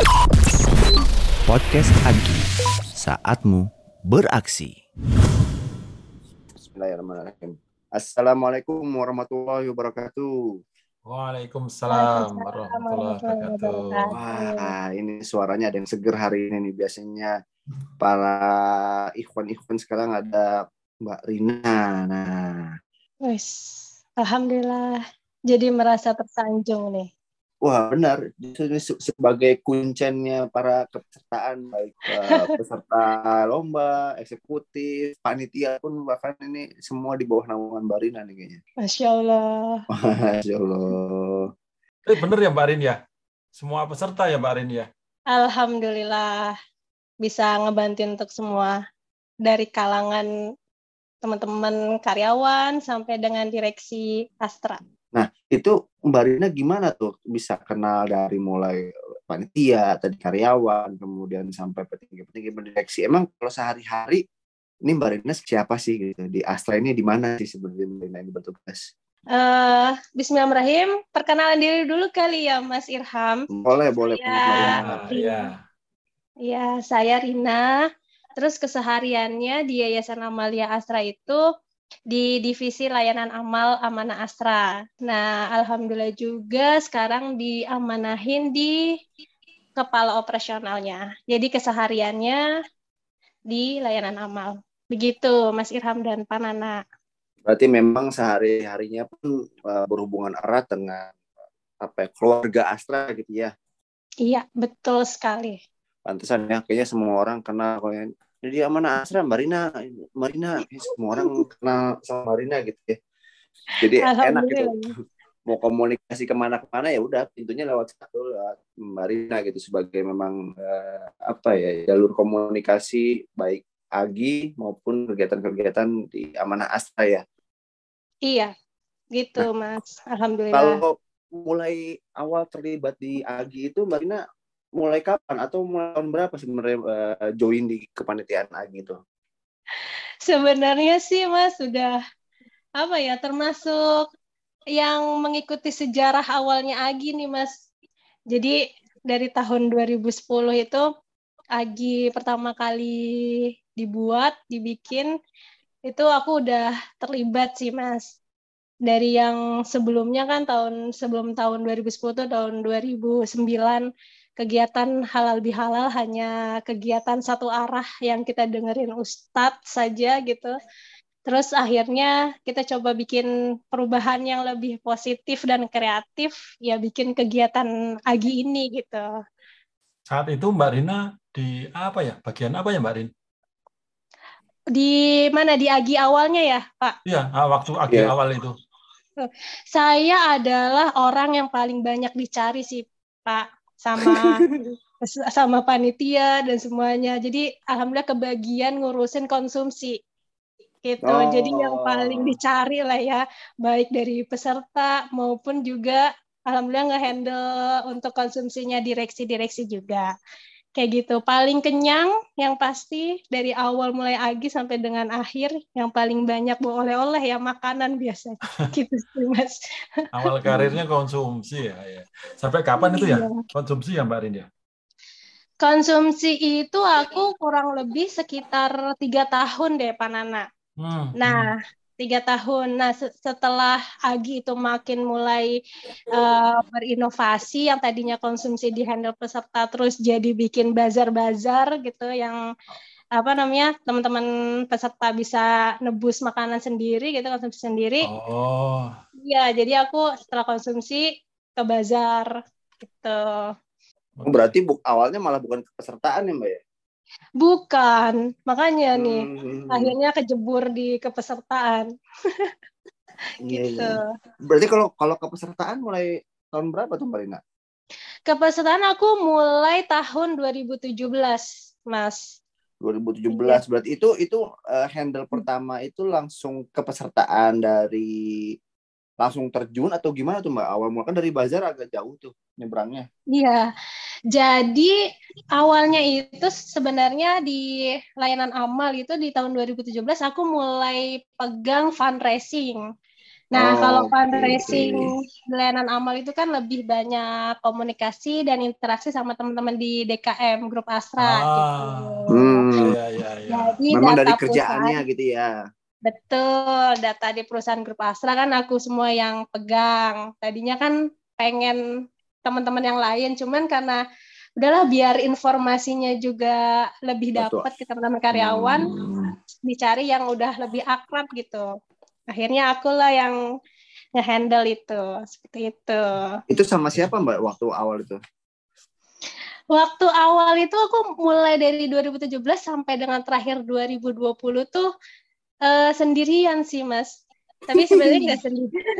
Podcast Agi, saatmu beraksi. Bismillahirrahmanirrahim. Assalamualaikum warahmatullahi wabarakatuh. Waalaikumsalam Waalaikumsalam warahmatullahi warahmatullahi wabarakatuh. wabarakatuh. Wah, ini suaranya ada yang seger hari ini nih. Biasanya para ikhwan-ikhwan sekarang ada Mbak Rina. Nah, Wes, alhamdulillah. Jadi merasa tersanjung nih. wah benar. Ini sebagai kuncennya para kepesertaan, baik peserta lomba, eksekutif, panitia pun bahkan ini semua di bawah naungan Mbak Rina nih kayaknya. Masya Allah. Masya Allah. Bener ya Mbak Rin ya? Semua peserta ya Mbak Rin ya? Alhamdulillah bisa ngebantuin untuk semua. Dari kalangan teman-teman karyawan sampai dengan direksi Astra. Nah, itu Mbak Rina gimana tuh bisa kenal dari mulai panitia, tadi karyawan, kemudian sampai petinggi-petinggi direksi. Emang kalau sehari-hari ini Mbak Rina siapa sih gitu? Di Astra ini di mana sih sebenarnya Mbak Rina ini bertugas? Bismillahirrahmanirrahim. Perkenalan diri dulu kali ya, Mas Irham. Boleh. Ya, saya Rina. Terus kesehariannya di Yayasan Amalia Astra itu di divisi layanan amal Amanah Astra. Nah, alhamdulillah juga sekarang diamanahin di kepala operasionalnya. Jadi kesehariannya di layanan amal. Begitu Mas Irham dan Panana. Berarti memang sehari-harinya pun berhubungan erat dengan keluarga Astra gitu ya. Iya, betul sekali. Pantesan ya, kayaknya semua orang kenal kalau jadi Amanah Astra Mbak Rina, semua orang kenal sama Mbak Rina gitu ya. Jadi enak gitu. Mau komunikasi kemana-mana ya udah pintunya lewat Mbak Rina gitu sebagai memang jalur komunikasi baik Agi maupun kegiatan-kegiatan di Amanah Astra ya. Iya, gitu Mas. Alhamdulillah. Kalau mulai awal terlibat di Agi itu Mbak Rina mulai kapan atau mulai tahun berapa sebenarnya join di kepanitiaan Agi itu? Sebenarnya sih Mas sudah termasuk yang mengikuti sejarah awalnya Agi nih Mas. Jadi dari tahun 2010 itu Agi pertama kali dibikin, itu aku udah terlibat sih Mas. Dari yang sebelumnya kan sebelum tahun 2010 tuh tahun 2009 kegiatan halal bihalal hanya kegiatan satu arah yang kita dengerin ustadz saja gitu. Terus akhirnya kita coba bikin perubahan yang lebih positif dan kreatif, ya bikin kegiatan Agi ini gitu. Saat itu Mbak Rina di bagian apa ya Mbak Rin? Di mana, di Agi awalnya ya Pak? Iya, waktu Agi awal itu. Saya adalah orang yang paling banyak dicari sih Pak, sama panitia dan semuanya. Jadi alhamdulillah kebagian ngurusin konsumsi gitu. Jadi yang paling dicari lah ya, baik dari peserta maupun juga alhamdulillah nge-handle untuk konsumsinya direksi-direksi juga. Kayak gitu. Paling kenyang yang pasti dari awal mulai Agi sampai dengan akhir yang paling banyak bawa oleh-oleh ya makanan biasanya. Gitu sih Mas. Awal karirnya konsumsi ya. Sampai kapan itu ya konsumsi ya Mbak Rin ya? Konsumsi itu aku kurang lebih sekitar 3 tahun deh Panana. Nah, 3 tahun. Nah, setelah Agi itu makin mulai berinovasi, yang tadinya konsumsi di handle peserta terus jadi bikin bazar-bazar gitu, yang teman-teman peserta bisa nebus makanan sendiri gitu, konsumsi sendiri. Iya, jadi aku setelah konsumsi ke bazar gitu. Berarti awalnya malah bukan kepesertaan ya Mbak ya? Bukan, makanya nih akhirnya kejebur di kepesertaan. Gitu. Iya. Berarti kalau kepesertaan mulai tahun berapa tuh Mbak Rina? Kepesertaan aku mulai tahun 2017, Mas. 2017 berarti itu handle pertama itu langsung kepesertaan dari langsung terjun atau gimana tuh Mbak? Awal mula kan dari bazar agak jauh tuh nyebrangnya. Iya. Jadi awalnya itu sebenarnya di layanan amal itu di tahun 2017 aku mulai pegang fundraising. Nah, kalau Oke. fundraising layanan amal itu kan lebih banyak komunikasi dan interaksi sama teman-teman di DKM Grup Astra gitu. Ya. Jadi Memang dari data perusahaan, kerjaannya gitu ya. betul, data di perusahaan Grup Astra kan aku semua yang pegang. Tadinya kan pengen teman-teman yang lain, cuman karena udahlah biar informasinya juga lebih Betul. dapat ke teman-teman karyawan, dicari yang udah lebih akrab gitu. Akhirnya akulah yang nge-handle itu, seperti itu. Itu sama siapa Mbak waktu awal itu? Waktu awal itu aku mulai dari 2017 sampai dengan terakhir 2020 tuh sendirian sih, Mas. Tapi sebenarnya nggak sendirian.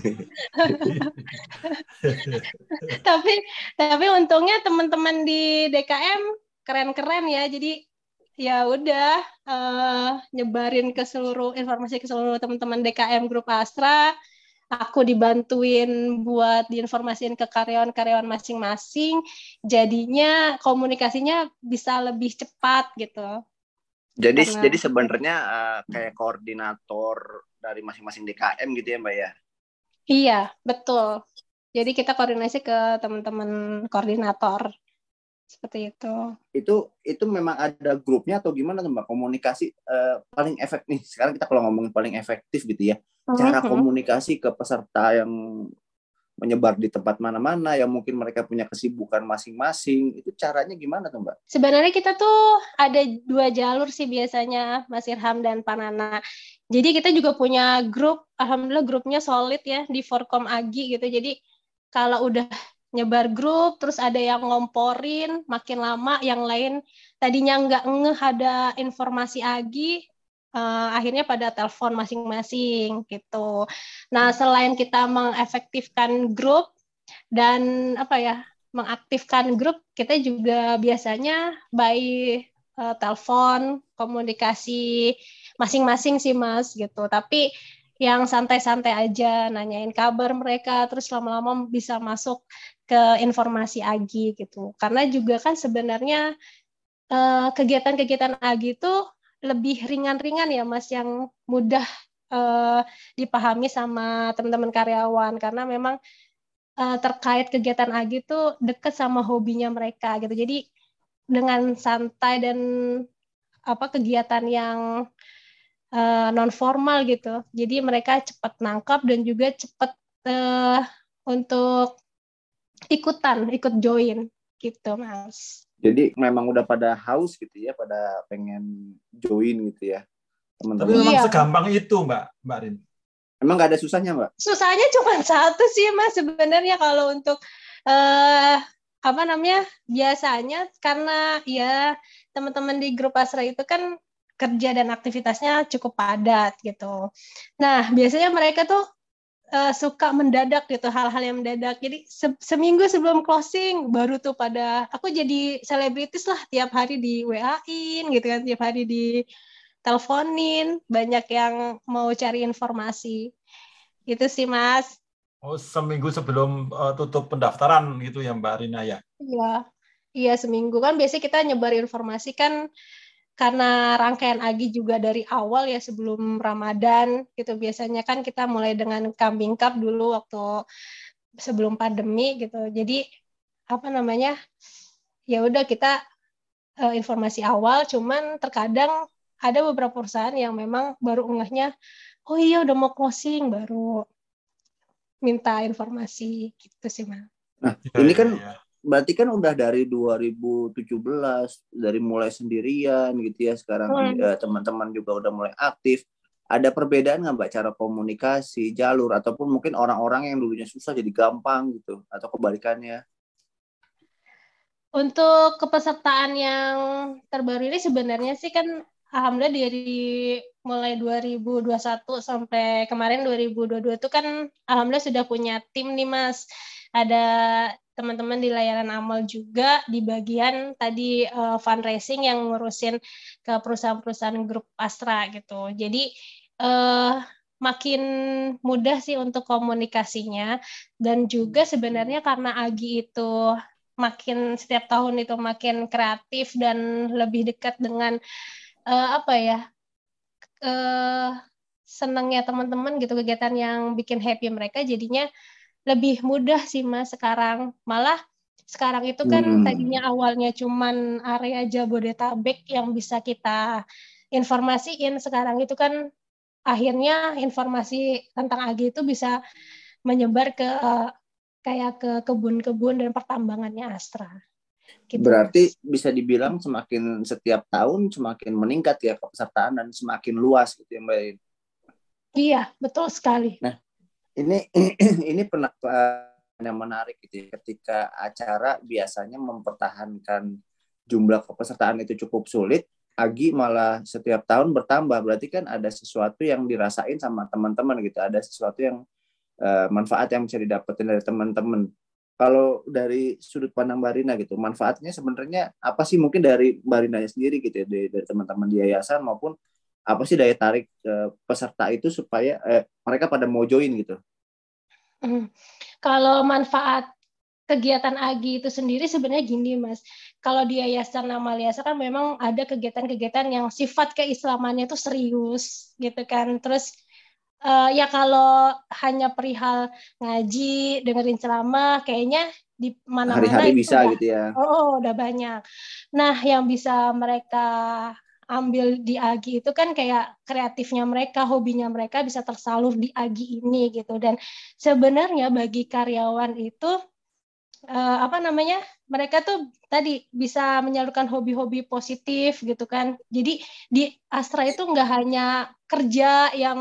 tapi untungnya teman-teman di DKM keren-keren ya. Jadi ya udah nyebarin ke seluruh informasi ke seluruh teman-teman DKM Grup Astra. Aku dibantuin buat diinformasiin ke karyawan-karyawan masing-masing. Jadinya komunikasinya bisa lebih cepat gitu. Jadi sebenarnya kayak koordinator dari masing-masing DKM gitu ya Mbak ya? Iya, betul. Jadi kita koordinasi ke teman-teman koordinator. Seperti itu. Itu memang ada grupnya atau gimana tuh Mbak? Komunikasi paling efektif nih. Sekarang kita kalau ngomongin paling efektif gitu ya. Cara komunikasi ke peserta yang menyebar di tempat mana-mana, yang mungkin mereka punya kesibukan masing-masing, itu caranya gimana tuh Mbak? Sebenarnya kita tuh ada 2 jalur sih biasanya, Mas Irham dan Panana. Jadi kita juga punya grup, alhamdulillah grupnya solid ya di Forkom Agi gitu. Jadi kalau udah nyebar grup, terus ada yang ngomporin, makin lama yang lain tadinya nggak ngeh ada informasi Agi, akhirnya pada telepon masing-masing gitu. Nah, selain kita mengefektifkan grup dan apa ya, mengaktifkan grup, kita juga biasanya by telepon, komunikasi masing-masing sih Mas gitu. Tapi yang santai-santai aja, nanyain kabar mereka, terus lama-lama bisa masuk ke informasi Agi gitu. Karena juga kan sebenarnya kegiatan-kegiatan Agi itu lebih ringan-ringan ya Mas, yang mudah dipahami sama teman-teman karyawan, karena memang terkait kegiatan Agi itu deket sama hobinya mereka gitu. Jadi dengan santai dan kegiatan yang non formal gitu. Jadi mereka cepat nangkap dan juga cepat untuk ikut join gitu, Mas. Jadi memang udah pada haus gitu ya, pada pengen join gitu ya, Tapi teman-teman. memang Iya. segampang itu, Mbak Rin. Emang nggak ada susahnya Mbak? Susahnya cuma satu sih Mas sebenarnya, kalau untuk biasanya karena ya teman-teman di grup Asra itu kan kerja dan aktivitasnya cukup padat gitu. Nah, biasanya mereka tuh suka mendadak gitu, hal-hal yang mendadak. Jadi seminggu sebelum closing baru tuh pada, aku jadi selebritis lah, tiap hari di WA-in gitu kan, tiap hari di teleponin, banyak yang mau cari informasi. Itu sih Mas. Oh, seminggu sebelum tutup pendaftaran gitu ya Mbak Rina ya? Iya seminggu kan biasanya kita nyebar informasi kan, karena rangkaian Agi juga dari awal ya, sebelum Ramadan gitu. Biasanya kan kita mulai dengan Kambing Cup dulu waktu sebelum pandemi gitu. Jadi ya udah kita informasi awal, cuman terkadang ada beberapa perusahaan yang memang baru ngehnya, oh iya udah mau closing, baru minta informasi gitu sih Mas. Nah, ini kan berarti kan udah dari 2017, dari mulai sendirian gitu ya, sekarang teman-teman juga udah mulai aktif. Ada perbedaan nggak Mbak cara komunikasi, jalur, ataupun mungkin orang-orang yang dulunya susah jadi gampang gitu, atau kebalikannya? Untuk kepesertaan yang terbaru ini sebenarnya sih kan alhamdulillah dari mulai 2021 sampai kemarin 2022 itu kan alhamdulillah sudah punya tim nih Mas. Ada teman-teman di layanan amal juga di bagian tadi fundraising yang ngurusin ke perusahaan-perusahaan grup Astra gitu. Jadi makin mudah sih untuk komunikasinya, dan juga sebenarnya karena Agi itu setiap tahun itu makin kreatif dan lebih dekat dengan senangnya teman-teman gitu, kegiatan yang bikin happy mereka, jadinya lebih mudah sih Mas sekarang. Malah sekarang itu kan tadinya awalnya cuman area Jabodetabek yang bisa kita informasiin, sekarang itu kan akhirnya informasi tentang AGI itu bisa menyebar ke kayak ke kebun-kebun dan pertambangannya Astra. Gitu, Berarti Mas. bisa dibilang semakin setiap tahun semakin meningkat ya kepesertaan dan semakin luas gitu ya Mbak. Iya, betul sekali. Nah, ini ini pernah yang menarik gitu ya, ketika acara biasanya mempertahankan jumlah kepesertaan itu cukup sulit, AGI malah setiap tahun bertambah. Berarti kan ada sesuatu yang dirasain sama teman-teman gitu, ada sesuatu yang manfaat yang bisa didapetin dari teman-teman. Kalau dari sudut pandang Mbak Rina gitu, manfaatnya sebenarnya apa sih, mungkin dari Mbak Rina sendiri gitu ya, dari teman-teman di yayasan, maupun apa sih daya tarik peserta itu supaya mereka pada mau join gitu? Kalau manfaat kegiatan AGI itu sendiri sebenarnya gini, Mas. Kalau di Yayasan Amalia kan memang ada kegiatan-kegiatan yang sifat keislamannya itu serius, gitu kan. Terus ya kalau hanya perihal ngaji, dengerin ceramah, kayaknya di mana-mana Hari-hari itu bisa gitu ya. udah banyak. Nah, yang bisa mereka ambil di AGI itu kan kayak kreatifnya mereka, hobinya mereka bisa tersalur di AGI ini gitu. Dan sebenarnya bagi karyawan itu mereka tuh tadi bisa menyalurkan hobi-hobi positif gitu kan. Jadi di Astra itu nggak hanya kerja yang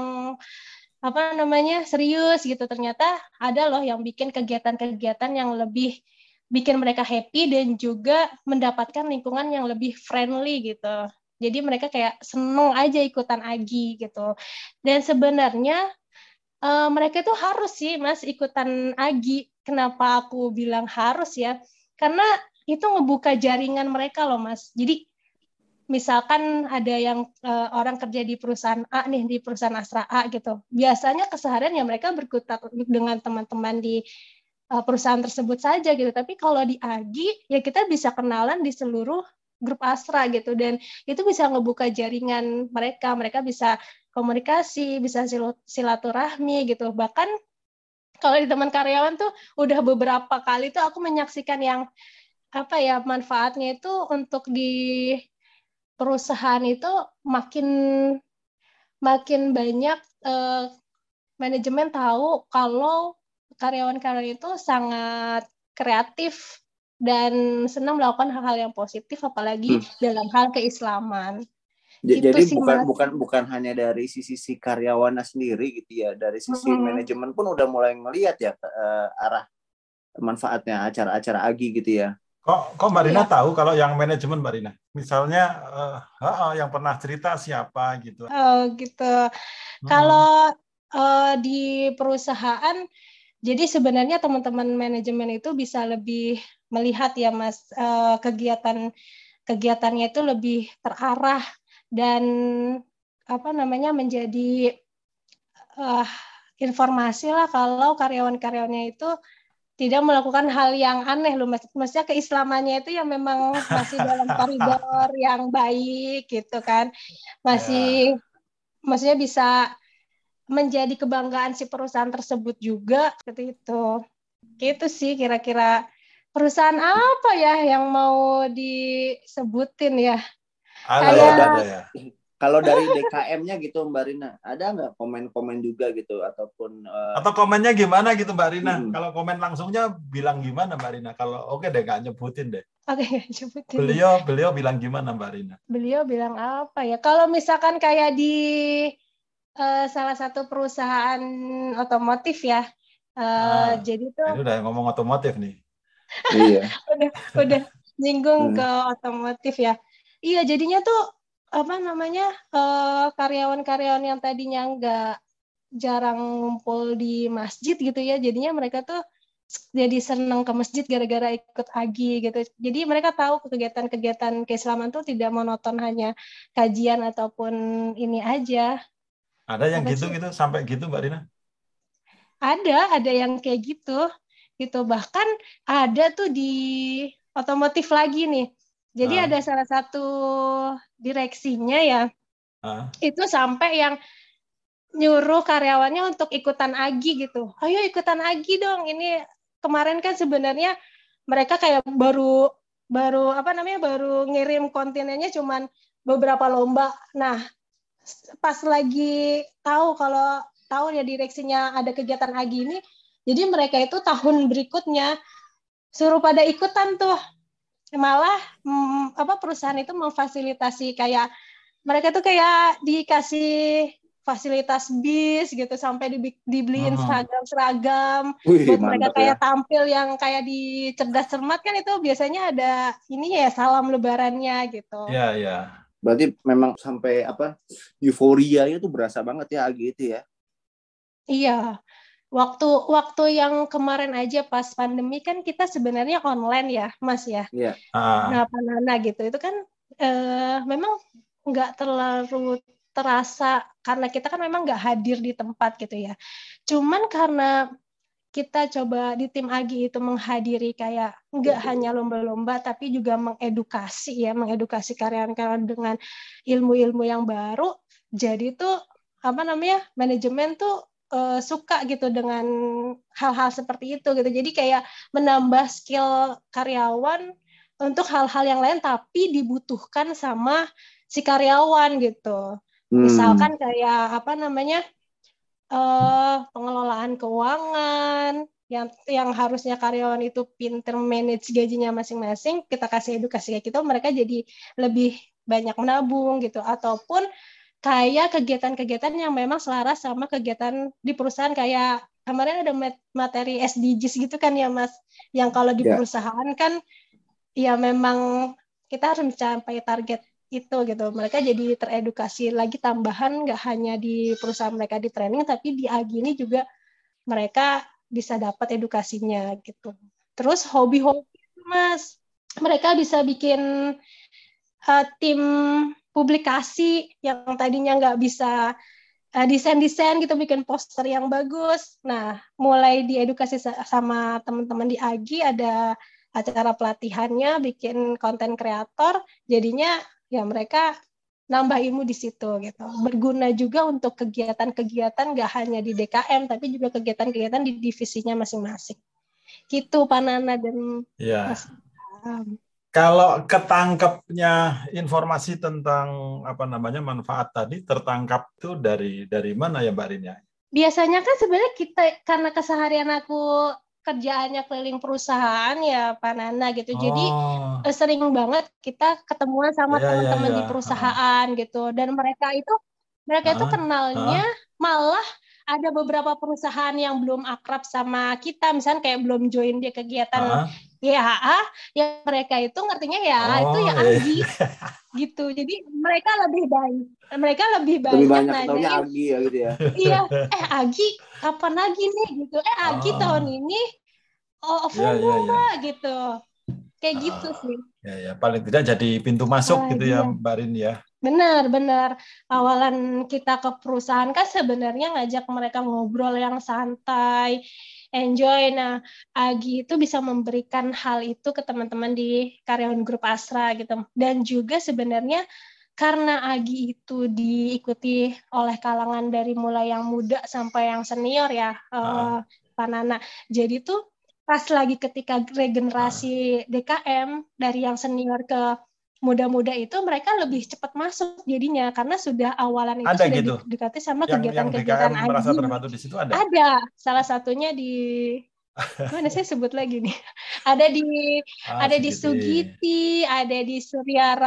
serius gitu, ternyata ada loh yang bikin kegiatan-kegiatan yang lebih bikin mereka happy dan juga mendapatkan lingkungan yang lebih friendly gitu. Jadi mereka kayak seneng aja ikutan AGI gitu. Dan sebenarnya mereka itu harus sih Mas ikutan AGI. Kenapa aku bilang harus ya? Karena itu ngebuka jaringan mereka loh Mas. Jadi misalkan ada yang orang kerja di perusahaan A nih, di perusahaan Astra A gitu. Biasanya keseharian ya mereka berkutat dengan teman-teman di perusahaan tersebut saja gitu. Tapi kalau di AGI ya kita bisa kenalan di seluruh grup Astra gitu, dan itu bisa ngebuka jaringan mereka. Mereka bisa komunikasi, bisa silaturahmi gitu. Bahkan kalau di teman karyawan tuh udah beberapa kali tuh aku menyaksikan yang manfaatnya itu untuk di perusahaan itu makin banyak manajemen tahu kalau karyawan-karyawan itu sangat kreatif dan senang melakukan hal-hal yang positif, apalagi dalam hal keislaman. Gitu Jadi sih, Mas. bukan hanya dari sisi si karyawannya sendiri gitu ya, dari sisi manajemen pun udah mulai ngelihat ya arah manfaatnya acara-acara AGI gitu ya. Kok Mbak Rina tahu kalau yang manajemen Mbak Rina? Misalnya yang pernah cerita siapa gitu. Oh gitu. Kalau di perusahaan, jadi sebenarnya teman-teman manajemen itu bisa lebih melihat ya Mas, kegiatannya itu lebih terarah dan menjadi informasi lah kalau karyawan-karyawannya itu tidak melakukan hal yang aneh loh, maksudnya keislamannya itu yang memang masih dalam koridor yang baik gitu kan, masih maksudnya bisa menjadi kebanggaan si perusahaan tersebut juga seperti itu. Gitu sih kira-kira. Perusahaan apa ya yang mau disebutin ya? Ada ya. Kalau dari DKM-nya gitu Mbak Rina, ada nggak komen-komen juga gitu ataupun atau komennya gimana gitu Mbak Rina? Kalau komen langsungnya bilang gimana Mbak Rina? Kalau oke deh nggak nyebutin deh. Oke, nyebutin. Beliau bilang gimana Mbak Rina? Beliau bilang apa ya? Kalau misalkan kayak di salah satu perusahaan otomotif ya, jadi tuh ini udah ngomong otomotif nih. Iya. udah nyinggung ke otomotif ya. Iya, jadinya tuh karyawan-karyawan yang tadinya nggak jarang ngumpul di masjid gitu ya, jadinya mereka tuh jadi senang ke masjid gara-gara ikut AGI gitu. Jadi mereka tahu kegiatan-kegiatan keislaman tuh tidak monoton hanya kajian ataupun ini aja. Ada yang gitu sampai gitu Mbak Rina? Ada yang kayak gitu. Bahkan ada tuh di otomotif lagi nih. Jadi ada salah satu direksinya ya, itu sampai yang nyuruh karyawannya untuk ikutan Agi gitu. Ayo ikutan Agi dong. Ini kemarin kan sebenarnya mereka kayak baru baru ngirim kontennya cuman beberapa lomba. Nah, pas lagi tahu ya direksinya ada kegiatan Agi ini, jadi mereka itu tahun berikutnya suruh pada ikutan tuh. Malah perusahaan itu memfasilitasi kayak mereka tuh kayak dikasih fasilitas bis gitu sampai dibeliin seragam buat mereka kayak tampil yang kayak di Cerdas Cermat kan itu biasanya ada ini ya salam lebarannya gitu. Iya, iya. Berarti memang sampai euforianya tuh berasa banget ya Agi itu ya. Iya. Waktu yang kemarin aja pas pandemi kan kita sebenarnya online ya, Mas ya. Iya. Nah, Panana gitu. Itu kan memang nggak terlalu terasa karena kita kan memang nggak hadir di tempat gitu ya. Cuman karena kita coba di tim Agi itu menghadiri kayak nggak hanya lomba-lomba tapi juga mengedukasi karyawan-karyawan dengan ilmu-ilmu yang baru. Jadi tuh manajemen tuh suka gitu dengan hal-hal seperti itu gitu. Jadi kayak menambah skill karyawan untuk hal-hal yang lain tapi dibutuhkan sama si karyawan gitu. Misalkan kayak pengelolaan keuangan yang harusnya karyawan itu pinter manage gajinya masing-masing, kita kasih edukasi kayak gitu, mereka jadi lebih banyak menabung gitu, ataupun kayak kegiatan-kegiatan yang memang selaras sama kegiatan di perusahaan kayak kemarin ada materi SDGs gitu kan ya Mas, yang kalau di perusahaan kan ya memang kita harus mencapai target itu gitu. Mereka jadi teredukasi lagi tambahan nggak hanya di perusahaan mereka di training tapi di Agi ini juga mereka bisa dapat edukasinya gitu. Terus hobi-hobi Mas, mereka bisa bikin tim publikasi yang tadinya nggak bisa desain-desain gitu, bikin poster yang bagus. Nah, mulai diedukasi sama teman-teman di Agi, ada acara pelatihannya, bikin konten kreator, jadinya ya mereka nambah ilmu di situ gitu. Berguna juga untuk kegiatan-kegiatan nggak hanya di DKM, tapi juga kegiatan-kegiatan di divisinya masing-masing. Gitu, Panana dan Mas. Kalau ketangkepnya informasi tentang manfaat tadi tertangkap tuh dari mana ya Mbak Rin ya? Biasanya kan sebenarnya kita karena keseharian aku kerjaannya keliling perusahaan ya Pak Nana gitu. Jadi sering banget kita ketemuan sama teman-teman di perusahaan gitu. Dan mereka itu kenalnya malah ada beberapa perusahaan yang belum akrab sama kita, misalnya kayak belum join dia kegiatan YHA, yang mereka itu ngertinya itu ya Agi gitu. Jadi mereka lebih banyak nanya Agi ya gitu ya. Iya, Agi kapan lagi nih gitu. Agi tahun ini gitu. Kayak gitu sih. Ya, paling tidak jadi pintu masuk gitu ya Mbak Rin ya. Benar. Awalan kita ke perusahaan kan sebenarnya ngajak mereka ngobrol yang santai, enjoy. Nah, Agi itu bisa memberikan hal itu ke teman-teman di karyawan grup Astra gitu. Dan juga sebenarnya karena Agi itu diikuti oleh kalangan dari mulai yang muda sampai yang senior ya, Pak Nana. Jadi tuh pas lagi ketika regenerasi DKM dari yang senior ke muda-muda itu mereka lebih cepat masuk jadinya karena sudah awalan itu ada sudah gitu. Didekati sama kegiatan-kegiatan Agi. Merasa terbantu di situ ada. Ada. Salah satunya di mana saya sebut lagi nih. Ada di Sugiti, ada di Surya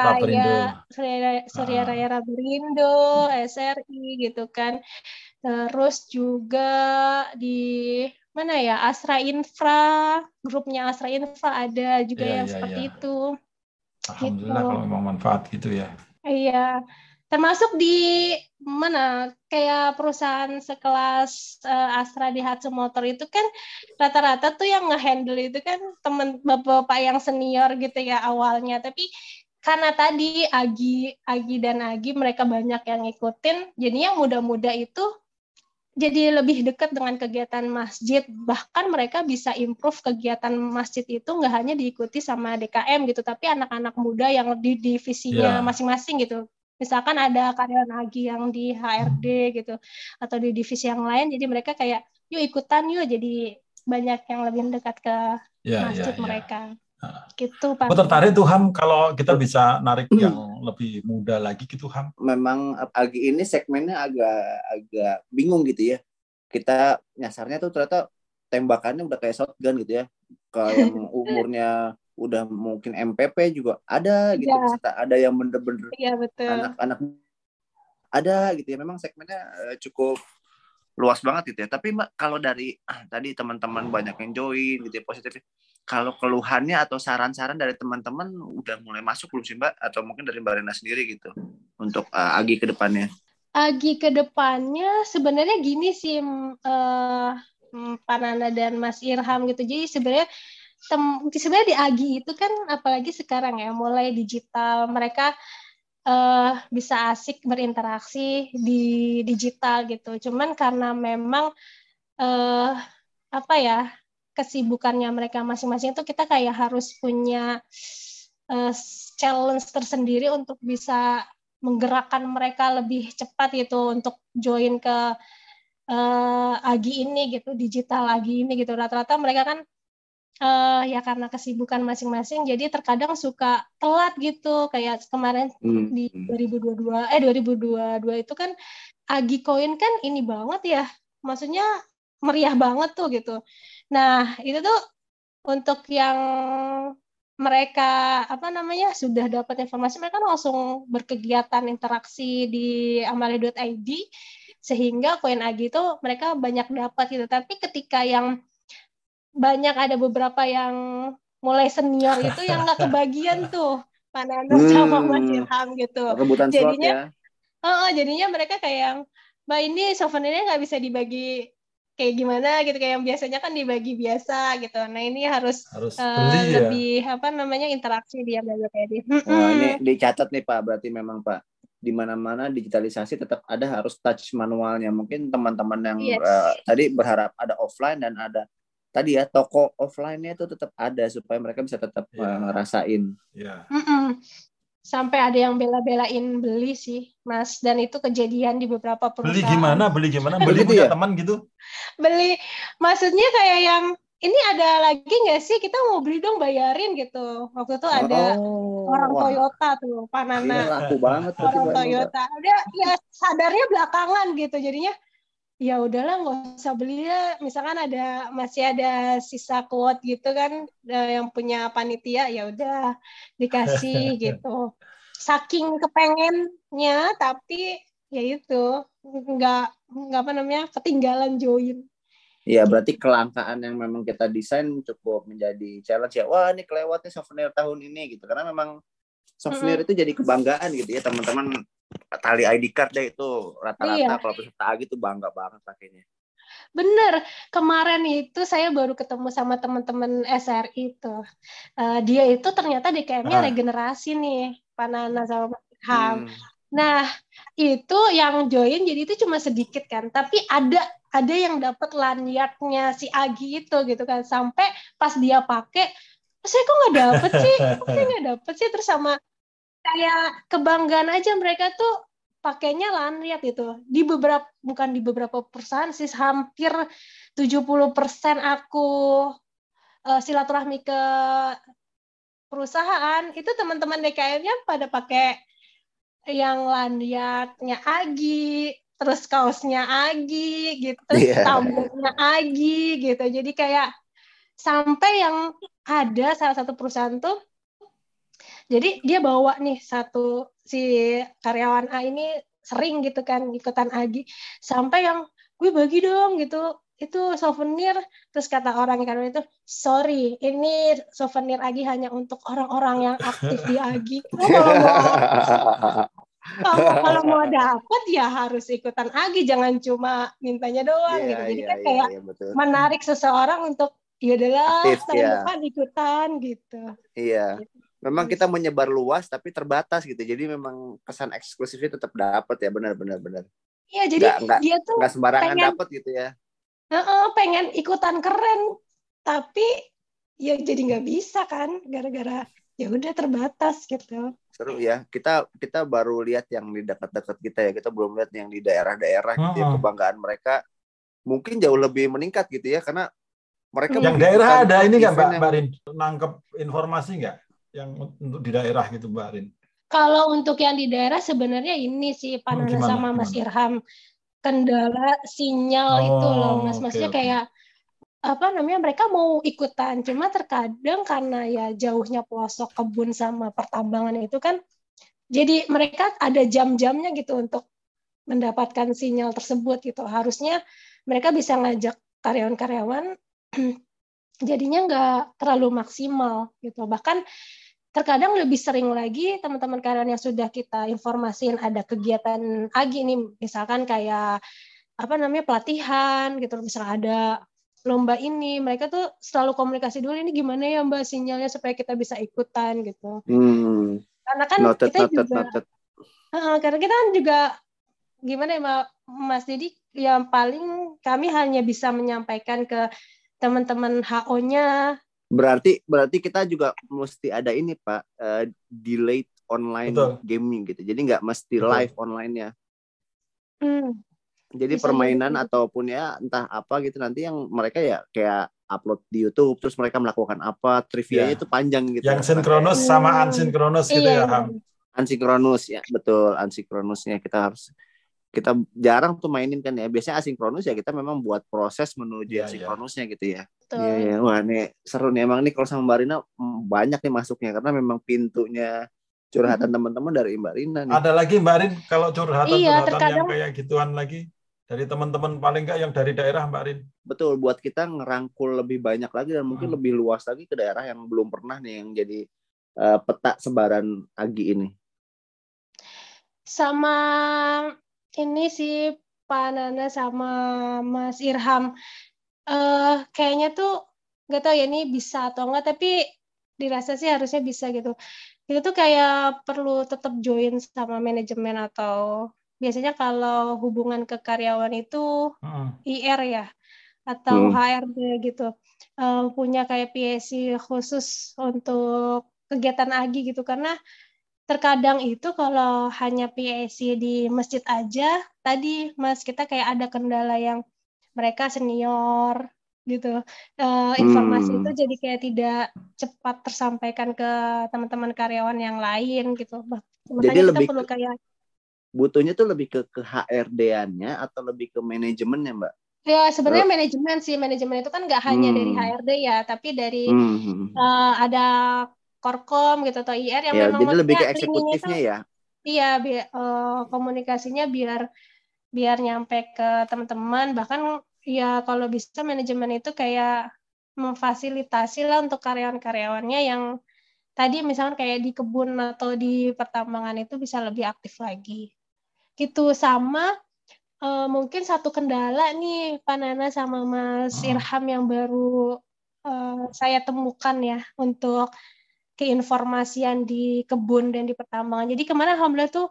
Raya Raberindo, SRI gitu kan. Terus juga di mana ya, Astra Infra, grupnya Astra Infra ada juga yang seperti itu. Alhamdulillah gitu. Kalau memang manfaat gitu ya. Iya, termasuk di mana kayak perusahaan sekelas Astra Daihatsu Motor itu kan rata-rata tuh yang ngehandle itu kan teman bapak-bapak yang senior gitu ya awalnya, tapi karena tadi Agi mereka banyak yang ngikutin, jadi yang muda-muda itu jadi lebih dekat dengan kegiatan masjid, bahkan mereka bisa improve kegiatan masjid itu nggak hanya diikuti sama DKM gitu, tapi anak-anak muda yang di divisinya masing-masing gitu. misalkan ada karyawan Agi yang di HRD gitu atau di divisi yang lain, jadi mereka kayak yuk ikutan yuk, jadi banyak yang lebih dekat ke masjid mereka. Gitu Pak. Aku tertarik tuh Ham kalau kita bisa narik yang lebih muda lagi gitu Ham. Memang Agi ini segmennya agak bingung gitu ya. Kita nyasarnya tuh ternyata tembakannya udah kayak shotgun gitu ya. Ke yang umurnya udah mungkin MPP juga ada gitu. Bisa ada yang bener-bener anak-anak ada gitu ya. Memang segmennya cukup luas banget gitu ya. Tapi Mbak, kalau dari tadi teman-teman banyak yang join gitu ya, positif. Kalau keluhannya atau saran-saran dari teman-teman udah mulai masuk belum sih Mbak? Atau mungkin dari Mbak Rena sendiri gitu untuk Agi ke depannya? Agi ke depannya sebenarnya gini sih Pak Nana dan Mas Irham gitu. Jadi sebenarnya di Agi itu kan apalagi sekarang ya mulai digital, mereka bisa asik berinteraksi di digital gitu. Cuman karena memang kesibukannya mereka masing-masing itu kita kayak harus punya challenge tersendiri untuk bisa menggerakkan mereka lebih cepat gitu untuk join ke Agi ini gitu, digital Agi ini gitu. Rata-rata mereka kan ya karena kesibukan masing-masing jadi terkadang suka telat gitu. Kayak kemarin di 2022 itu kan Agi Koin kan ini banget ya. Maksudnya meriah banget tuh gitu. Nah, itu tuh untuk yang mereka sudah dapat informasi, mereka langsung berkegiatan interaksi di amalia.id sehingga koin Agi itu mereka banyak dapat gitu. Tapi ketika yang banyak ada beberapa yang mulai senior itu yang nggak kebagian tuh Pak Nano sama Mas Irham gitu. Rebutan jadinya slot ya. Jadinya mereka kayak Mbak ini souvenirnya nggak bisa dibagi kayak gimana gitu, kayak yang biasanya kan dibagi biasa gitu. Nah ini harus beli lebih interaksi dia belajar kayak dia. Wah ini dicatat nih Pak, berarti memang Pak di mana-mana digitalisasi tetap ada harus touch manualnya. Mungkin teman-teman yang tadi berharap ada offline dan ada tadi ya toko offline-nya itu tetap ada supaya mereka bisa tetap ngerasain. Sampai ada yang bela-belain beli sih, Mas. Dan itu kejadian di beberapa perusahaan. Beli gimana? Beli punya teman gitu? Beli, maksudnya kayak yang, ini ada lagi nggak sih? Kita mau beli dong, bayarin gitu. Waktu itu ada orang Toyota tuh, Pak Nana. Ini laku banget. Orang Toyota. Dia ya sadarnya belakangan gitu. Jadinya, ya udahlah nggak usah beli ya. Misalkan masih ada sisa quote gitu kan yang punya panitia, ya udah dikasih gitu. Saking kepengennya tapi ya itu nggak ketinggalan join. Iya, berarti kelangkaan yang memang kita desain cukup menjadi challenge ya. Wah, ini kelewatnya souvenir tahun ini gitu. Karena memang souvenir itu jadi kebanggaan gitu ya, teman-teman. Tali ID card deh itu rata-rata kalau peserta Agi itu bangga banget pakainya. Bener, kemarin itu saya baru ketemu sama teman-teman SRI itu. Dia itu ternyata DKM-nya regenerasi nih, Pak Nana sama Pak Ham. Nah, itu yang join jadi itu cuma sedikit kan, tapi ada yang dapat lanyardnya si Agi itu gitu kan, sampai pas dia pakai, saya kok nggak dapet sih, terus sama kayak kebanggaan aja mereka tuh pakainya lanyard itu. Bukan di beberapa perusahaan sih, hampir 70% aku silaturahmi ke perusahaan itu teman-teman DKM-nya pada pakai yang lanyardnya Agi, terus kaosnya Agi gitu, terus tumblernya Agi gitu. Jadi kayak sampai yang ada salah satu perusahaan tuh, jadi dia bawa nih si karyawan A ini sering gitu kan ikutan Agi, sampai yang gue bagi dong gitu, itu souvenir. Terus kata orang karyawan itu, sorry, ini souvenir Agi hanya untuk orang-orang yang aktif di Agi. Kalau mau dapat ya harus ikutan Agi, jangan cuma mintanya doang gitu. Jadi kan kayak menarik seseorang untuk ya udahlah tahun depan ikutan gitu. Iya. Memang kita menyebar luas tapi terbatas gitu. Jadi memang kesan eksklusifnya tetap dapat ya, benar. Iya, jadi dia tuh nggak sembarangan dapat gitu ya. Pengen ikutan keren tapi ya jadi nggak bisa kan gara-gara ya udah terbatas gitu. Seru ya. Kita baru lihat yang di dekat-dekat kita ya. Kita belum lihat yang di daerah-daerah gitu ya. Kebanggaan mereka mungkin jauh lebih meningkat gitu ya, karena mereka yang daerah ada ini nggak Mbak Rin, nangkep informasi nggak yang untuk di daerah gitu Mbak Rin? Kalau untuk yang di daerah sebenarnya ini sih Pak Nana sama Mas Irham, kendala sinyal itu loh Mas. Maksudnya kayak apa namanya, mereka mau ikutan, cuma terkadang karena ya jauhnya pelosok kebun sama pertambangan itu kan, jadi mereka ada jam-jamnya gitu untuk mendapatkan sinyal tersebut gitu. Harusnya mereka bisa ngajak karyawan-karyawan jadinya nggak terlalu maksimal gitu. Bahkan terkadang lebih sering lagi teman-teman karyawan yang sudah kita informasiin ada kegiatan agi nih, misalkan kayak apa namanya pelatihan gitu, misalnya ada lomba ini, mereka tuh selalu komunikasi dulu, ini gimana ya Mbak sinyalnya supaya kita bisa ikutan gitu. Karena kan kita juga karena kita kan juga gimana ya Mas, jadi yang paling kami hanya bisa menyampaikan ke teman-teman HO-nya. Berarti kita juga mesti ada ini Pak, delayed online gaming gitu. Jadi nggak mesti live online-nya. Jadi bisa permainan ataupun ya entah apa gitu, nanti yang mereka ya kayak upload di YouTube, terus mereka melakukan apa, trivianya itu panjang gitu. Yang sinkronus sama ansinkronus gitu ya Ham. Ansinkronus ya, betul, ansinkronusnya kita jarang tuh mainin kan ya. Biasanya asinkronus ya kita memang buat proses menuju asinkronusnya gitu ya. Iya. Wah, nih seru nih emang nih kalau sama Mbak Rina banyak nih masuknya, karena memang pintunya curhatan teman-teman dari Mbak Rina nih. Ada lagi Mbak Rin kalau curhatan yang kayak gituan lagi dari teman-teman, paling nggak yang dari daerah Mbak Rin. Betul, buat kita ngerangkul lebih banyak lagi dan mungkin lebih luas lagi ke daerah yang belum pernah nih yang jadi peta sebaran Agi ini. Sama ini sih Pak Nana sama Mas Irham, kayaknya tuh nggak tahu ya ini bisa atau enggak, tapi dirasa sih harusnya bisa gitu. Itu tuh kayak perlu tetap join sama manajemen, atau biasanya kalau hubungan ke karyawan itu IR ya, atau HRD gitu, punya kayak PSC khusus untuk kegiatan Agi gitu. Karena terkadang itu kalau hanya PSC di masjid aja, tadi Mas, kita kayak ada kendala yang mereka senior gitu, informasi itu jadi kayak tidak cepat tersampaikan ke teman-teman karyawan yang lain gitu. Makanya jadi kita lebih perlu kayak butuhnya tuh lebih ke HRD-annya atau lebih ke manajemennya Mbak? Ya sebenarnya manajemen itu kan nggak hanya dari HRD ya, tapi dari ada Korkom gitu atau IR yang memang jadi lebih ke eksekutifnya itu, ya. Iya, komunikasinya biar nyampe ke teman-teman. Bahkan ya kalau bisa manajemen itu kayak memfasilitasi lah untuk karyawan-karyawannya yang tadi misalkan kayak di kebun atau di pertambangan itu bisa lebih aktif lagi. Gitu. Sama mungkin satu kendala nih Pak Nana sama Mas Irham yang baru saya temukan ya untuk keinformasian di kebun dan di pertambangan. Jadi kemarin alhamdulillah tuh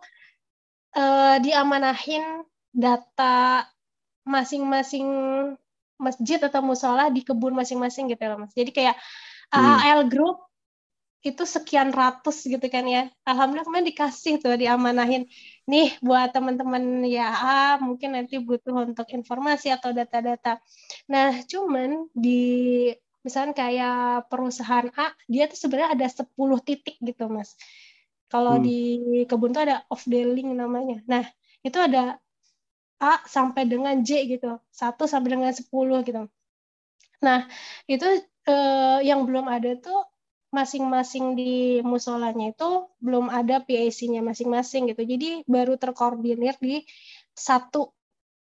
diamanahin data masing-masing masjid atau musola di kebun masing-masing gitu ya Mas. Jadi kayak AAL Group itu sekian ratus gitu kan ya. Alhamdulillah kemarin dikasih tuh, diamanahin. Nih buat teman-teman ya mungkin nanti butuh untuk informasi atau data-data. Nah cuman di misalnya kayak perusahaan A, dia tuh sebenarnya ada 10 titik gitu Mas. Kalau di kebun tuh ada off the link namanya. Nah itu ada A sampai dengan J gitu. 1 sampai dengan 10 gitu. Nah itu yang belum ada tuh masing-masing di musolanya itu belum ada PAC-nya masing-masing gitu. Jadi baru terkoordinir di satu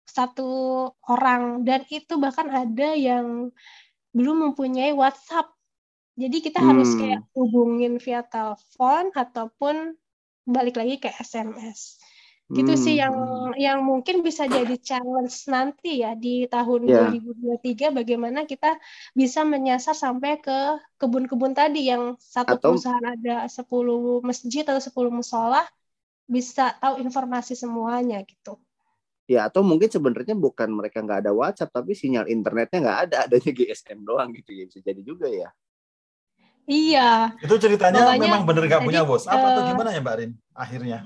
orang, dan itu bahkan ada yang belum mempunyai WhatsApp. Jadi kita harus kayak hubungin via telepon ataupun balik lagi ke SMS. Gitu sih yang mungkin bisa jadi challenge nanti ya di tahun 2023, bagaimana kita bisa menyasar sampai ke kebun-kebun tadi yang satu perusahaan ada 10 masjid atau 10 musola, bisa tahu informasi semuanya gitu. Ya, atau mungkin sebenarnya bukan mereka nggak ada WhatsApp, tapi sinyal internetnya nggak ada, adanya GSM doang gitu ya, bisa jadi juga ya. Iya, Itu ceritanya makanya memang bener nggak tadi punya WhatsApp atau gimana ya Mbak Rin? Akhirnya.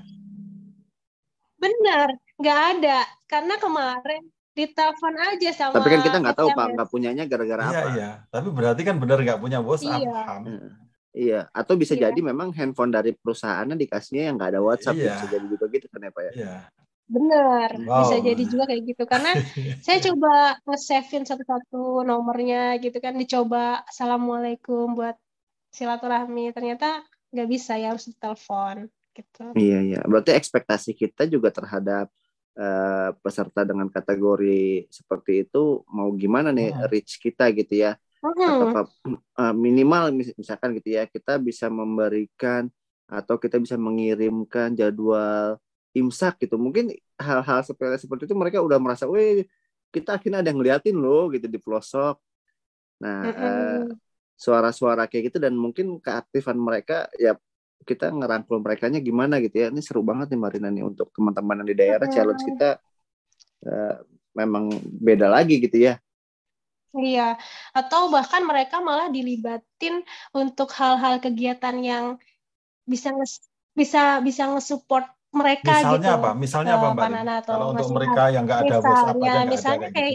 benar nggak ada karena kemarin ditelepon aja Tapi sama kan kita nggak tahu Pak, SMS. nggak punyanya gara-gara Iya, apa. iya. Tapi berarti kan bener nggak punya WhatsApp, Iya, Ham. Iya, atau bisa iya, jadi memang handphone dari perusahaannya dikasihnya yang nggak ada WhatsApp, Iya, bisa jadi juga gitu kan ya Pak ya. iya. benar. Bisa Wow. jadi juga kayak gitu karena saya coba nge-save-in satu-satu nomornya gitu kan, dicoba assalamualaikum buat silaturahmi, ternyata nggak bisa ya, harus ditelepon gitu. Iya, iya. Berarti ekspektasi kita juga terhadap peserta dengan kategori seperti itu mau gimana nih reach kita gitu ya. Apakah minimal misalkan gitu ya, kita bisa memberikan atau kita bisa mengirimkan jadwal imsak gitu. Mungkin hal-hal sepele seperti itu mereka udah merasa, weh kita akhirnya ada yang ngeliatin loh gitu di pelosok. Nah, suara-suara kayak gitu dan mungkin keaktifan mereka ya, kita ngerangkul merekanya gimana gitu ya. Ini seru banget nih Marina nih untuk teman-teman yang di daerah. Challenge kita memang beda lagi gitu ya. Iya, atau bahkan mereka malah dilibatin untuk hal-hal kegiatan yang bisa nge-support mereka Misalnya gitu, apa? Misalnya apa Mbak Pak Rin? Nana Kalau atau untuk Mas mereka Ilham. yang nggak ada WhatsApp aja nggak ada Misalnya kayak gitu. kayak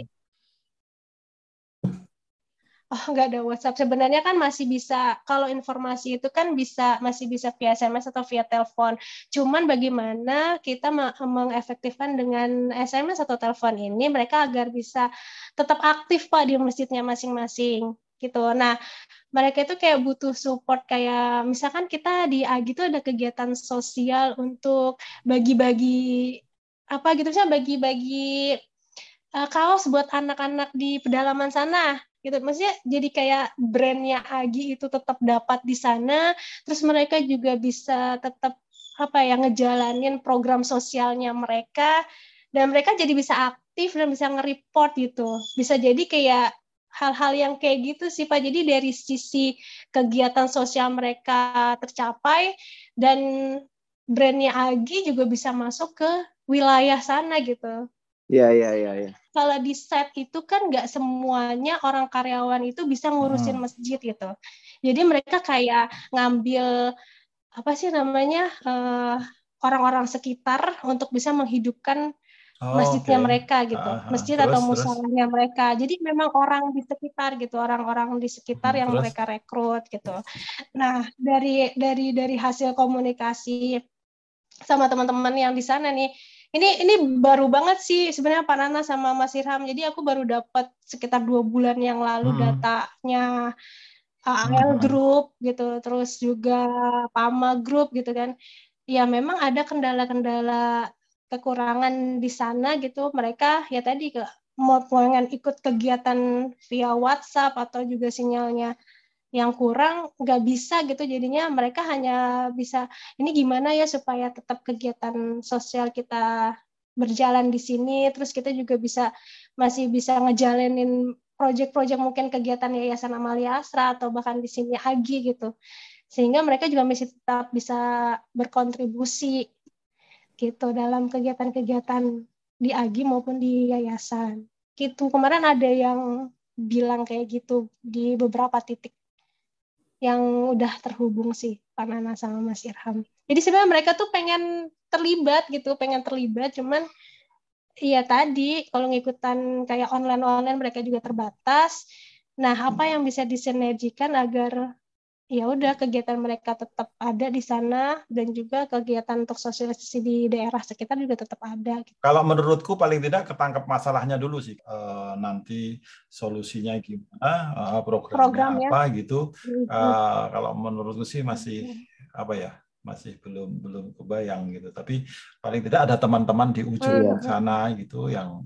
nggak ada WhatsApp. Sebenarnya kan masih bisa, kalau informasi itu kan masih bisa via SMS atau via telepon. Cuman bagaimana kita mengefektifkan dengan SMS atau telepon ini mereka agar bisa tetap aktif Pak di masjidnya masing-masing gitu. Nah, mereka itu kayak butuh support, kayak misalkan kita di AGI itu ada kegiatan sosial untuk bagi-bagi apa gitu, misalnya bagi-bagi kaos buat anak-anak di pedalaman sana gitu. Maksudnya jadi kayak brandnya Agi itu tetap dapat di sana, terus mereka juga bisa tetap apa ya, ngejalanin program sosialnya mereka, dan mereka jadi bisa aktif dan bisa nge-report gitu. Bisa jadi kayak hal-hal yang kayak gitu sih Pak. Jadi dari sisi kegiatan sosial mereka tercapai, dan brandnya Agi juga bisa masuk ke wilayah sana gitu. Iya, iya, iya, iya. Kalau di set itu kan nggak semuanya orang karyawan itu bisa ngurusin masjid gitu. Jadi mereka kayak ngambil apa sih namanya, orang-orang sekitar untuk bisa menghidupkan masjidnya mereka gitu, masjid atau Terus. musolahnya mereka. Jadi memang orang di sekitar gitu, orang-orang di sekitar yang Terus. mereka rekrut gitu. Nah, dari hasil komunikasi sama teman-teman yang di sana nih, ini baru banget sih sebenarnya Pak Nana sama Mas Irham. Jadi aku baru dapat sekitar 2 bulan yang lalu datanya AL Group gitu, terus juga PAMA Group gitu kan. Ya memang ada kendala-kendala kekurangan di sana gitu. Mereka ya tadi mau pengen ikut kegiatan via WhatsApp atau juga sinyalnya yang kurang, nggak bisa gitu, jadinya mereka hanya bisa ini gimana ya supaya tetap kegiatan sosial kita berjalan di sini, terus kita juga masih bisa ngejalanin proyek-proyek mungkin kegiatan Yayasan Amalia Asra atau bahkan di sini AGI gitu, sehingga mereka juga masih tetap bisa berkontribusi gitu dalam kegiatan-kegiatan di AGI maupun di yayasan gitu. Kemarin ada yang bilang kayak gitu di beberapa titik yang udah terhubung sih Pak Nana sama Mas Irham. Jadi sebenarnya mereka tuh pengen terlibat gitu, cuman iya tadi kalau ngikutan kayak online mereka juga terbatas. Nah, apa yang bisa disinergikan agar ya udah kegiatan mereka tetap ada di sana, dan juga kegiatan untuk sosialisasi di daerah sekitar juga tetap ada gitu. Kalau menurutku paling tidak ketangkep masalahnya dulu sih. Nanti solusinya gimana, programnya apa gitu. Kalau menurutku sih masih apa ya, masih belum kebayang gitu. Tapi paling tidak ada teman-teman di ujung sana gitu yang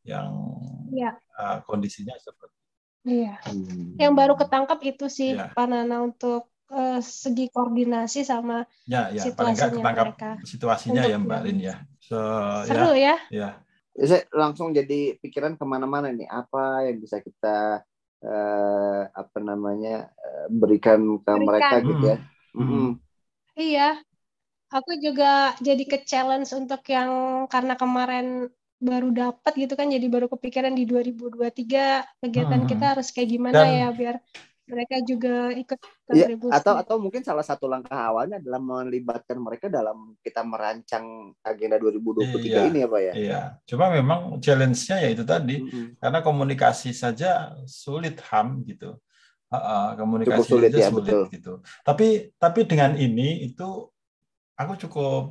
kondisinya seperti iya. Yang baru ketangkap itu sih Pak Nana untuk segi koordinasi sama paling nggak situasinya ketangkap mereka. situasinya ya Mbak Rin ya. Seru ya. Saya langsung jadi pikiran kemana-mana nih, apa yang bisa kita berikan ke mereka gitu ya. Iya, aku juga jadi ke-challenge untuk yang karena kemarin baru dapat gitu kan, jadi baru kepikiran di 2023 kegiatan kita harus kayak gimana ya biar mereka juga ikut Iya, kontribusi. atau mungkin salah satu langkah awalnya adalah melibatkan mereka dalam kita merancang agenda 2023 ini ya Pak ya. Iya, cuma memang challenge-nya ya itu tadi, karena komunikasi saja sulit Ham gitu. Cukup Komunikasi sulit saja ya, sulit betul. gitu. Tapi dengan ini itu aku cukup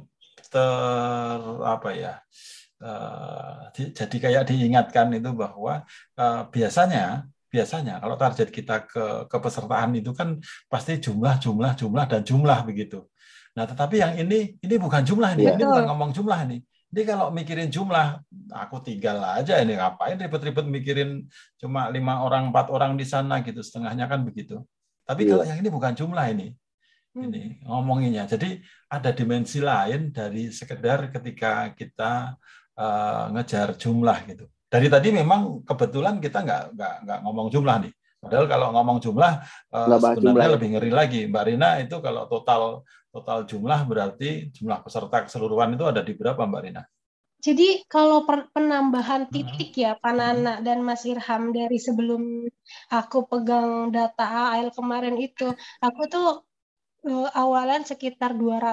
jadi kayak diingatkan itu bahwa biasanya kalau target kita ke kepesertaan itu kan pasti jumlah dan jumlah begitu. Nah, tetapi yang ini bukan jumlah nih, ini bukan ngomong jumlah nih. Jadi kalau mikirin jumlah, aku tinggal aja ini, ngapain ribet-ribet mikirin cuma 5 orang, 4 orang di sana gitu, setengahnya kan begitu. Tapi kalau yang ini bukan jumlah ini ngomonginnya. Jadi ada dimensi lain dari sekedar ketika kita ngejar jumlah gitu. Dari tadi memang kebetulan kita nggak ngomong jumlah nih. Padahal kalau ngomong jumlah sebenarnya lebih ngeri lagi. Mbak Rina itu kalau total jumlah berarti jumlah peserta keseluruhan itu ada di berapa Mbak Rina? Jadi kalau penambahan titik ya Pak Nana dan Mas Irham dari sebelum aku pegang data AL kemarin itu, aku tuh awalan sekitar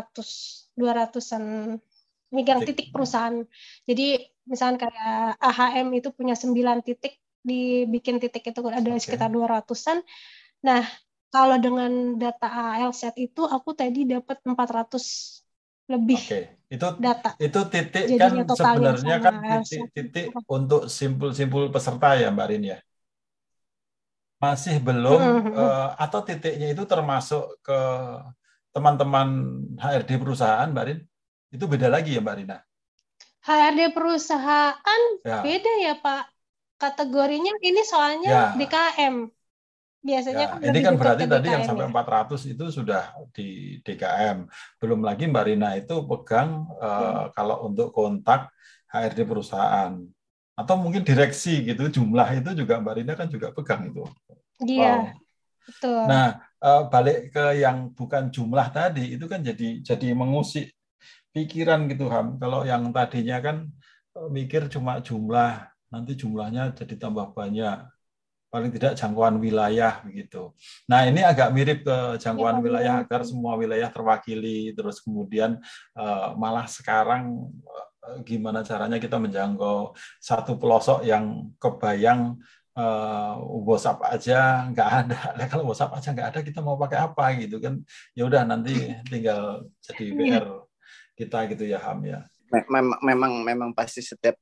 200-an megang titik perusahaan. Jadi misalnya kayak AHM itu punya 9 titik, dibikin titik itu ada sekitar 200-an. Nah, kalau dengan data AL set itu aku tadi dapat 400 lebih data. Itu titik jadinya kan sebenarnya kan titik untuk simpul peserta ya Mbak Rin ya? Masih belum atau titiknya itu termasuk ke teman-teman HRD perusahaan Mbak Rin? Itu beda lagi ya Mbak Rina? HRD perusahaan beda ya Pak. Kategorinya ini soalnya DKM. Biasanya kan ini kan berarti tadi yang sampai 400 itu sudah di DKM. Belum lagi Mbak Rina itu pegang kalau untuk kontak HRD perusahaan. Atau mungkin direksi gitu, jumlah itu juga Mbak Rina kan juga pegang itu. Iya, betul. Nah, balik ke yang bukan jumlah tadi, itu kan jadi mengusik pikiran gitu Ham. Kalau yang tadinya kan mikir cuma jumlah, nanti jumlahnya jadi tambah banyak. Paling tidak jangkauan wilayah begitu. Nah, ini agak mirip ke jangkauan wilayah agar semua wilayah terwakili. Terus kemudian malah sekarang gimana caranya kita menjangkau satu pelosok yang kebayang WhatsApp aja nggak ada. Nah, kalau WhatsApp aja nggak ada, kita mau pakai apa gitu kan? Ya udah nanti tinggal jadi PR kita gitu ya Ham ya. Memang pasti setiap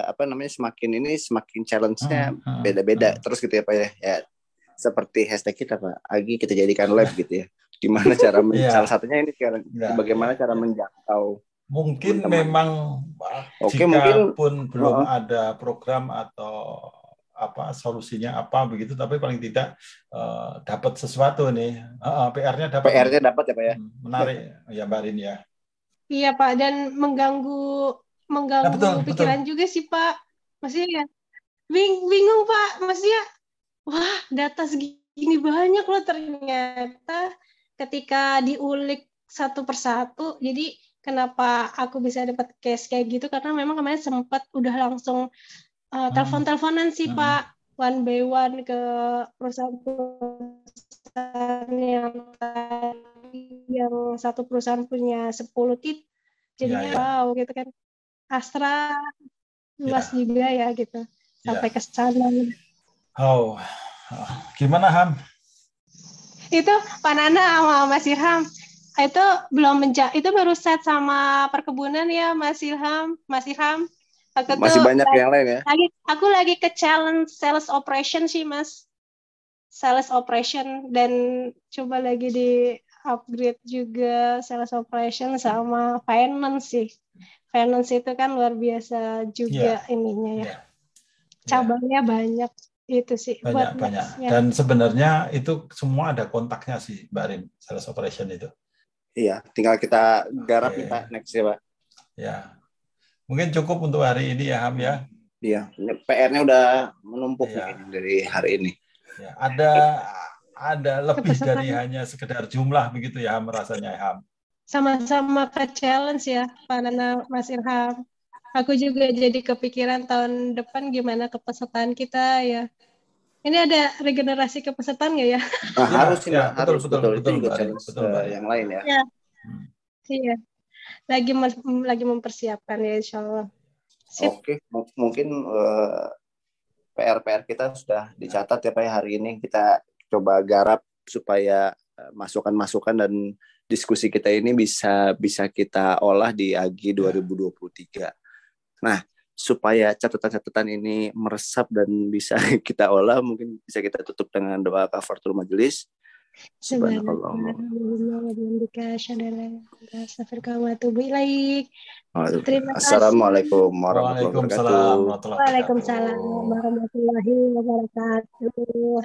semakin challenge-nya beda-beda terus gitu ya Pak ya. Ya seperti hashtag kita Pak, Agi kita jadikan live gitu ya. Gimana cara salah satunya ini sekarang bagaimana cara menjangkau. Mungkin memang jika mungkin pun belum ada program atau solusinya apa begitu, tapi paling tidak dapat sesuatu nih. PR-nya dapat ya Pak ya. Menarik ya Mbak Rin ya. Iya Pak, dan mengganggu pikiran juga sih Pak. Maksudnya bingung Pak. Maksudnya wah data segini banyak loh ternyata ketika diulik satu persatu. Jadi kenapa aku bisa dapat case kayak gitu karena memang kemarin sempat udah langsung telepon-teleponan sih Pak, one by one ke perusahaan yang satu perusahaan punya 10 titik, jadinya wow gitu kan. Astra luas juga ya gitu, sampai ke sana. Gimana Ham? Itu Pak Nana sama Mas Irham, itu belum itu baru set sama perkebunan ya Mas Irham. Masih banyak yang lain ya. Aku lagi ke challenge sales operation sih Mas. Sales operation dan coba lagi di upgrade juga sales operation sama finance sih. Finance itu kan luar biasa juga ininya ya. Cabangnya banyak itu sih. Banyak. Dan sebenarnya itu semua ada kontaknya sih Mbak Rin, sales operation itu. Iya, tinggal kita garap kita next ya Pak. Ya. Mungkin cukup untuk hari ini ya Ham ya. Iya, PR-nya udah menumpuk dari hari ini. Ya, ada lebih dari hanya sekedar jumlah begitu ya Ham rasanya Ham. Sama-sama ke challenge ya Pak Nana Mas Irham. Aku juga jadi kepikiran tahun depan gimana kepesertaan kita ya. Ini ada regenerasi kepesertaan nggak ya? Nah, harus sih, ya, harus betul. Itu juga Mbak challenge betul, Mbak. yang lain ya. Iya. Lagi mempersiapkan ya, insya Allah. Oke, mungkin PR kita sudah dicatat ya Pak ya. Hari ini kita coba garap supaya masukan-masukan dan diskusi kita ini bisa kita olah di AGI 2023. Nah, supaya catatan-catatan ini meresap dan bisa kita olah, mungkin bisa kita tutup dengan doa kafaratul majelis. Subhanallah. Assalamualaikum warahmatullahi wabarakatuh. Waalaikumsalam warahmatullahi wabarakatuh.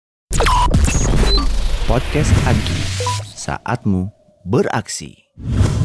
Podcast Agi, saatmu beraksi.